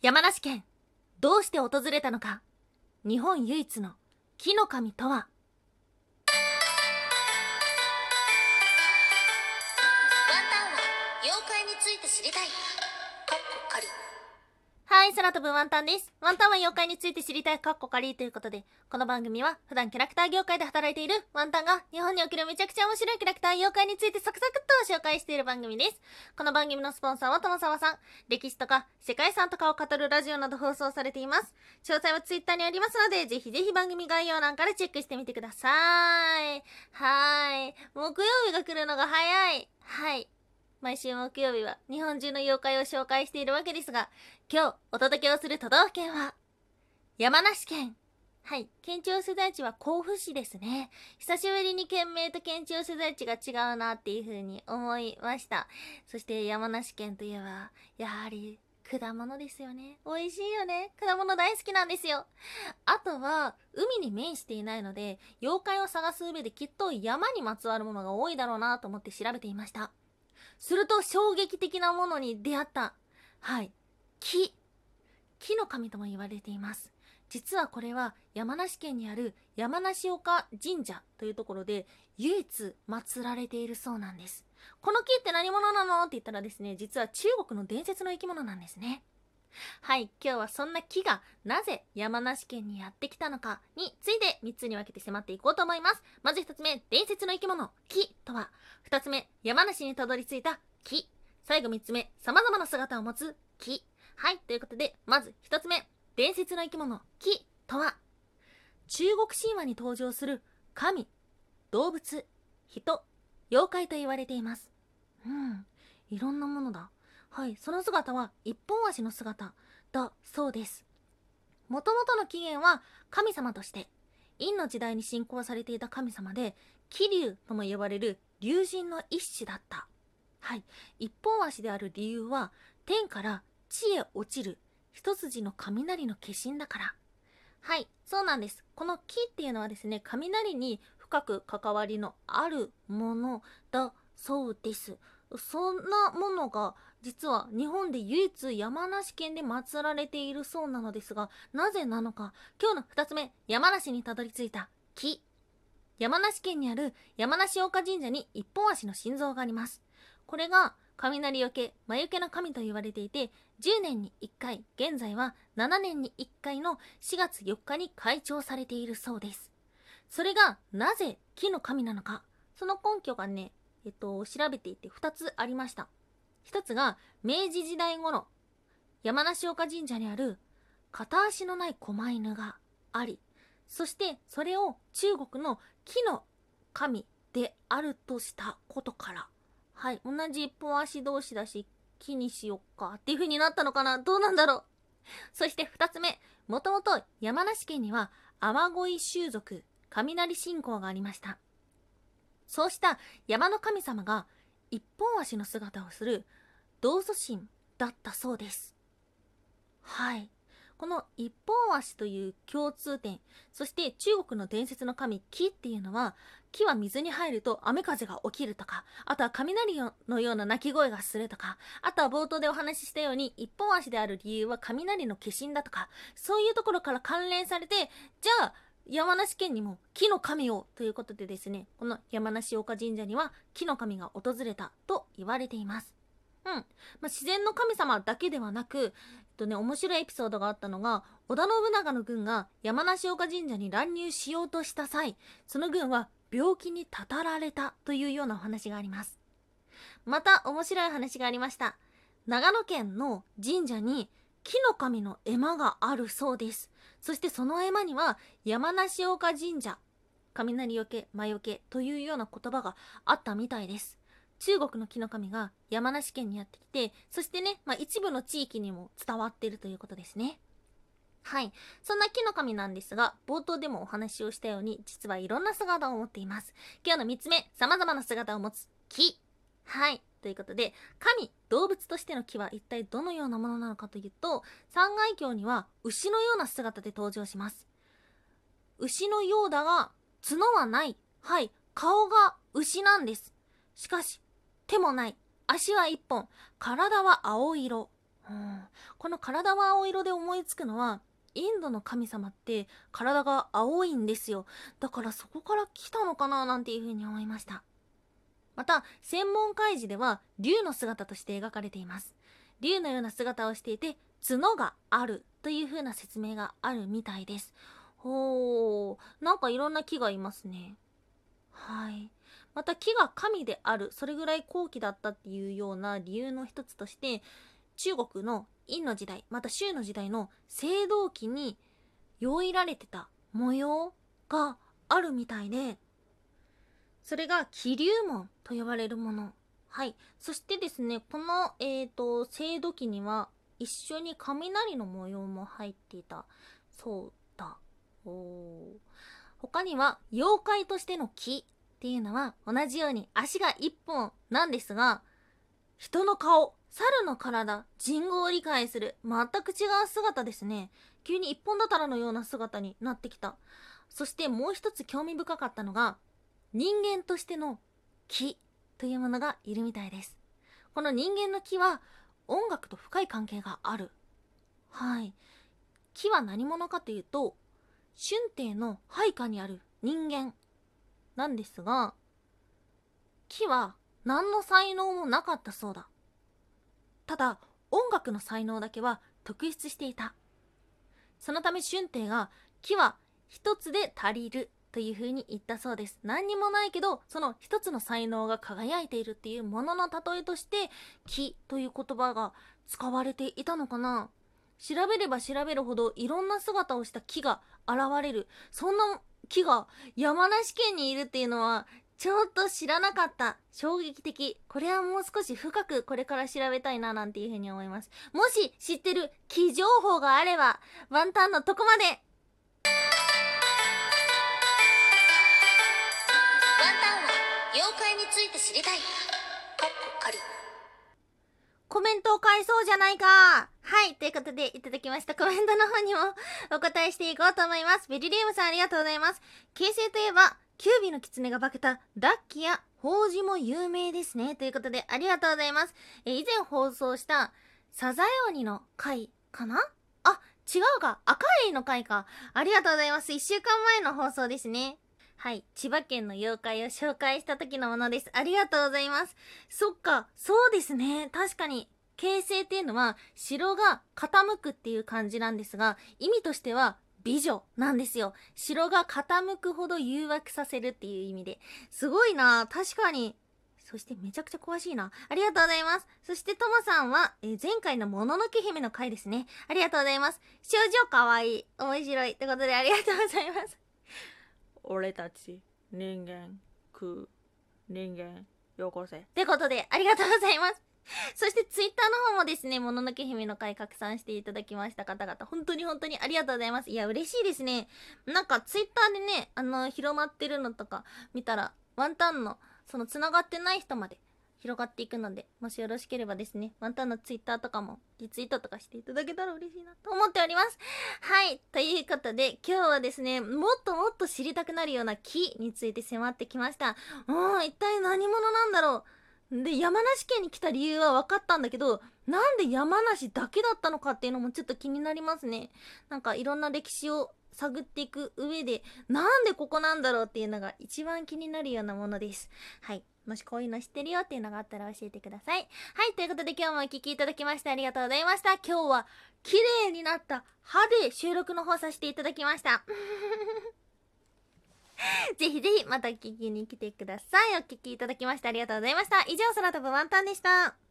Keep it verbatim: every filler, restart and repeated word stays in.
山梨県、どうして訪れたのか。日本唯一の木の神とは。 ワンタンは妖怪について知りたい。かっこかり。 はい、空飛ぶワンタンです。ワンタンは妖怪について知りたいかっこかりということで、この番組は普段キャラクター業界で働いているワンタンが日本におけるめちゃくちゃ面白いキャラクター妖怪についてサクサクっと紹介している番組です。この番組のスポンサーは友沢さん。歴史とか世界遺産とかを語るラジオなど放送されています。詳細はツイッターにありますので、ぜひぜひ番組概要欄からチェックしてみてください。はーい。木曜日が来るのが早い。はい。毎週木曜日は日本中の妖怪を紹介しているわけですが、今日お届けをする都道府県は山梨県。はい、県庁所在地は甲府市ですね。久しぶりに県名と県庁所在地が違うなっていう風に思いました。そして山梨県といえばやはり果物ですよね。美味しいよね。果物大好きなんですよ。あとは海に面していないので、妖怪を探す上できっと山にまつわるものが多いだろうなと思って調べていました。すると衝撃的なものに出会った。はい。木。木の神とも言われています。実はこれは山梨県にある山梨岡神社というところで唯一祀られているそうなんです。この木って何者なのって言ったらですね、実は中国の伝説の生き物なんですね。はい、今日はそんな木がなぜ山梨県にやってきたのかについてみっつに分けて迫っていこうと思います。まずひとつめ、伝説の生き物木とは。ふたつめ、山梨にたどり着いた木。最後みっつめ、様々な姿を持つ木。はい、ということでまずひとつめ、伝説の生き物木とは。中国神話に登場する神、動物、人、妖怪と言われています。うん、いろんなものだ。はい、その姿は一本足の姿だそうです。もともとの起源は神様として殷の時代に信仰されていた神様で、気流とも呼ばれる龍神の一種だった。はい、一本足である理由は天から地へ落ちる一筋の雷の化身だから。はい、そうなんです。この木っていうのはですね、雷に深く関わりのあるものだそうです。そんなものが実は日本で唯一山梨県で祀られているそうなのですが、なぜなのか。今日のふたつめ、山梨にたどり着いた木。山梨県にある山梨岡神社に一本足の心臓があります。これが雷よけ、魔除けの神と言われていて、じゅうねんにいっかい、現在はななねんにいっかいのしがつよっかに開帳されているそうです。それがなぜ木の神なのか、その根拠がね、えっと、調べていてふたつありました。ひとつが明治時代頃、山梨岡神社にある片足のない狛犬があり、そしてそれを中国の木の神であるとしたことから、はい、同じ一本足同士だし木にしよっかっていう風になったのかな。どうなんだろう。そしてふたつめ、もともと山梨県には雨乞い習俗、雷信仰がありました。そうした山の神様が一本足の姿をする道祖神だったそうです。はい、この一本足という共通点、そして中国の伝説の神木っていうのは、木は水に入ると雨風が起きるとか、あとは雷のような鳴き声がするとか、あとは冒頭でお話ししたように一本足である理由は雷の化身だとか、そういうところから関連されて、じゃあ山梨県にも木の神をということでですね、この山梨岡神社には木の神が訪れたと言われています。うん、まあ、自然の神様だけではなく、えっとね、面白いエピソードがあったのが、織田信長の軍が山梨岡神社に乱入しようとした際、その軍は病気にたたられたというようなお話があります。また面白い話がありました。長野県の神社に木の神の絵馬があるそうです。そしてその絵馬には山梨岡神社、雷よけ、魔よけというような言葉があったみたいです。中国の木の神が山梨県にやってきて、そしてね、まあ、一部の地域にも伝わっているということですね。はい、そんな木の神なんですが、冒頭でもお話をしたように、実はいろんな姿を持っています。今日のみっつめ、様々な姿を持つ木。はい、ということで、神、動物としての木は一体どのようなものなのかというと、三階橋には牛のような姿で登場します。牛のようだが角はない。はい、顔が牛なんです。しかし手もない。足は一本。体は青色。 うん、この体は青色で思いつくのは、インドの神様って体が青いんですよ。だからそこから来たのかななんていうふうに思いました。また、専門開示では竜の姿として描かれています。竜のような姿をしていて、角があるという風な説明があるみたいです。ほー、なんかいろんな木がいますね。はい。また木が神である、それぐらい高貴だったっていうような理由の一つとして、中国の殷の時代、また周の時代の青銅器に用いられてた模様があるみたいで、それが気流紋と呼ばれるもの。はい。そしてですね、この、えーと、青土器には一緒に雷の模様も入っていた。そうだ。おー。他には、妖怪としての木っていうのは同じように足が一本なんですが、人の顔、猿の体、人語を理解する、全く違う姿ですね。急に一本だたらのような姿になってきた。そしてもう一つ興味深かったのが、人間としての木というものがいるみたいです。この人間の木は音楽と深い関係がある。はい。木は何者かというと、春帝の配下にある人間なんですが、木は何の才能もなかったそうだ。ただ、音楽の才能だけは特筆していた。そのため春帝が木は一つで足りるという風に言ったそうです。何にもないけど、その一つの才能が輝いているっていうものの例えとして、木という言葉が使われていたのかな。調べれば調べるほどいろんな姿をした木が現れる。そんな木が山梨県にいるっていうのは、ちょっと知らなかった。衝撃的。これはもう少し深くこれから調べたいななんていう風に思います。もし知ってる木情報があれば、ワンタンのとこまでワンタンは妖怪について知りたい。かっこ仮。 コメントを返そうじゃないか。はい。ということで、いただきましたコメントの方にもお答えしていこうと思います。ベリリウムさんありがとうございます。形成といえば、キュービの狐が化けたダッキや法事も有名ですね。ということで、ありがとうございます。え以前放送したサザエ鬼の回かなあ、違うか。赤エイの回か。ありがとうございます。いっしゅうかんまえの放送ですね。はい。千葉県の妖怪を紹介した時のものです。ありがとうございます。そっか。そうですね。確かに。形成っていうのは、城が傾くっていう感じなんですが、意味としては、美女なんですよ。城が傾くほど誘惑させるっていう意味で。すごいな。確かに。そしてめちゃくちゃ詳しいな。ありがとうございます。そしてともさんは、えー前回のもののけ姫の回ですね。ありがとうございます。少女かわいい。面白い。ってことでありがとうございます。俺たち、人間、食う、人間、よこせ。ってことで、ありがとうございます。そしてツイッターの方もですね、もののけ姫の回拡散していただきました方々、本当に本当にありがとうございます。いや、嬉しいですね。なんかツイッターでね、あの、広まってるのとか見たら、ワンタンの、その繋がってない人まで広がっていくので、もしよろしければですね、ワンタンのツイッターとかもリツイートとかしていただけたら嬉しいなと思っております。はい。ということで、今日はですね、もっともっと知りたくなるような木について迫ってきました。うん、一体何者なんだろう。で、山梨県に来た理由は分かったんだけど、なんで山梨だけだったのかっていうのもちょっと気になりますね。なんかいろんな歴史を探っていく上で、なんでここなんだろうっていうのが一番気になるようなものです。はい。もしこういうの知ってるよっていうのがあったら教えてください。はい。ということで今日もお聞きいただきましてありがとうございました。今日は綺麗になった歯で収録の方させていただきました。ぜひぜひまた聞きに来てください。お聞きいただきましてありがとうございました。以上、空飛ぶワンタンでした。